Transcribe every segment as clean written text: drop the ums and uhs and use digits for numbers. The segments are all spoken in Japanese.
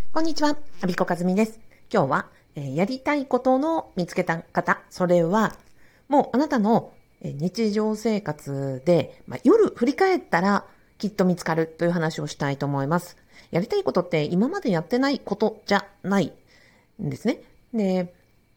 こんにちは、アビコカズミです。今日は、やりたいことの見つけた方、それは、もうあなたの日常生活で、夜振り返ったらきっと見つかるという話をしたいと思います。やりたいことって今までやってないことじゃないんですね。で、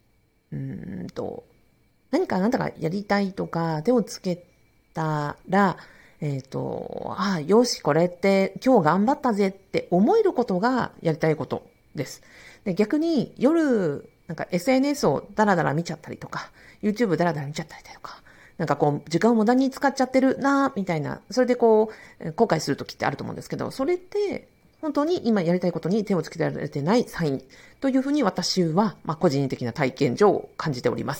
何かあなたがやりたいとか手をつけたら、よし、これって今日頑張ったぜって思えることがやりたいことです。で、逆に夜、SNS をダラダラ見ちゃったりとか、YouTube ダラダラ見ちゃったりとか、時間を無駄に使っちゃってるなみたいな、それで後悔するときってあると思うんですけど、それって、本当に今やりたいことに手をつけられてないサインというふうに私は、個人的な体験上感じております。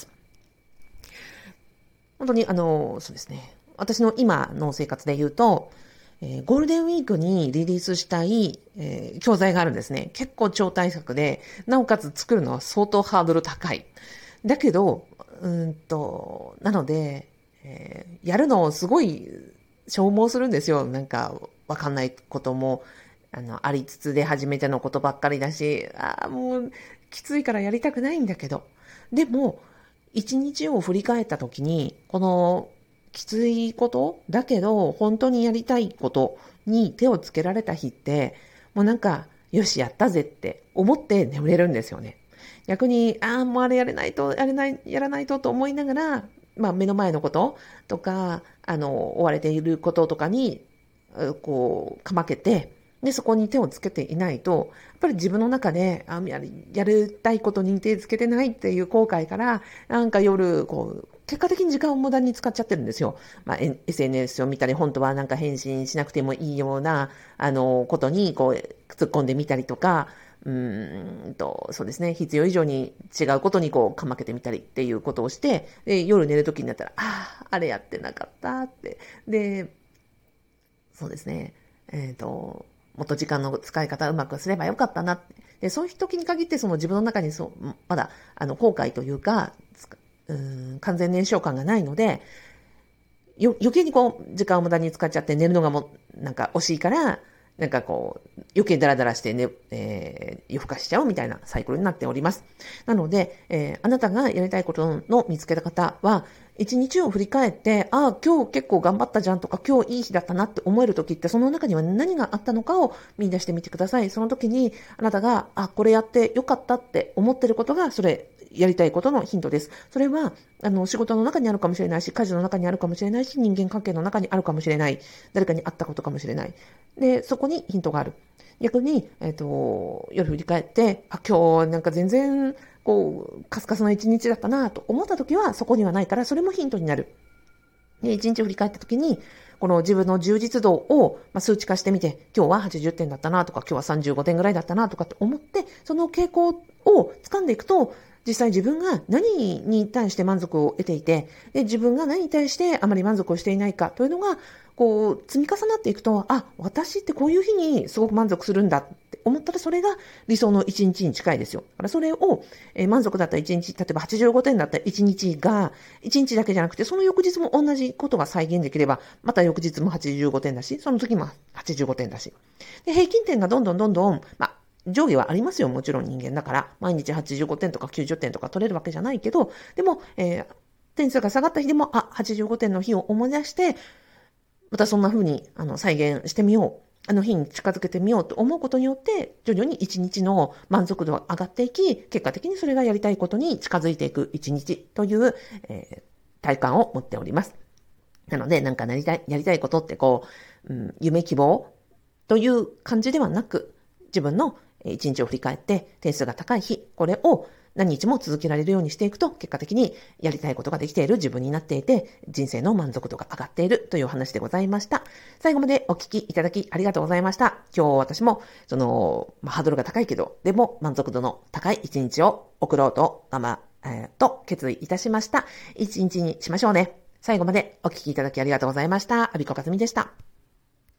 本当にそうですね。私の今の生活で言うと、ゴールデンウィークにリリースしたい、教材があるんですね。結構超大作で、なおかつ作るのは相当ハードル高い。だけど、なので、やるのをすごい消耗するんですよ。わかんないことも、ありつつで初めてのことばっかりだし、もう、きついからやりたくないんだけど。でも、一日を振り返った時に、このきついことだけど、本当にやりたいことに手をつけられた日って、もうよし、やったぜって思って眠れるんですよね。逆に、もうあれやれないと、やらないとと思いながら、目の前のこととか、追われていることとかに、かまけて、で、そこに手をつけていないと、やっぱり自分の中で、やりたいことに手つけてないっていう後悔から、夜、結果的に時間を無駄に使っちゃってるんですよ。SNS を見たり、本当は返信しなくてもいいような、ことに、突っ込んでみたりとか、そうですね、必要以上に違うことにかまけてみたりっていうことをして、で、夜寝るときになったら、あれやってなかったって。で、そうですね、もっと時間の使い方うまくすればよかったなって。で、そういう時に限ってその自分の中にまだ、後悔というか、完全燃焼感がないので、余計に時間を無駄に使っちゃって寝るのが惜しいから、余計ダラダラしてね、夜更かしちゃうみたいなサイクルになっております。なので、あなたがやりたいことの見つけた方は、一日を振り返って、今日結構頑張ったじゃんとか、今日いい日だったなって思える時って、その中には何があったのかを見出してみてください。その時に、あなたが、これやってよかったって思ってることが、それ、やりたいことのヒントです。それは、仕事の中にあるかもしれないし、家事の中にあるかもしれないし、人間関係の中にあるかもしれない。誰かに会ったことかもしれない。で、そこにヒントがある。逆に、夜振り返って、今日全然、カスカスな一日だったなと思った時は、そこにはないから、それもヒントになる。で、一日振り返った時に、この自分の充実度を、数値化してみて、今日は80点だったなとか、今日は35点ぐらいだったなとかって思って、その傾向を掴んでいくと、実際自分が何に対して満足を得ていて、で、自分が何に対してあまり満足をしていないかというのが、積み重なっていくと、私ってこういう日にすごく満足するんだって思ったら、それが理想の一日に近いですよ。だからそれを、満足だった一日、例えば85点だった一日が、一日だけじゃなくて、その翌日も同じことが再現できれば、また翌日も85点だし、その次も85点だし。で、平均点がどんどん、上下はありますよ。もちろん人間だから。毎日85点とか90点とか取れるわけじゃないけど、でも、点数が下がった日でも、85点の日を思い出して、またそんな風に、再現してみよう。あの日に近づけてみようと思うことによって、徐々に一日の満足度が上がっていき、結果的にそれがやりたいことに近づいていく一日という、体感を持っております。なので、やりたいことって夢希望という感じではなく、自分の一日を振り返って点数が高い日、これを何日も続けられるようにしていくと、結果的にやりたいことができている自分になっていて、人生の満足度が上がっているというお話でございました。最後までお聞きいただきありがとうございました。今日私も、ハードルが高いけど、でも満足度の高い一日を送ろうと、決意いたしました。一日にしましょうね。最後までお聞きいただきありがとうございました。アビコカズミでした。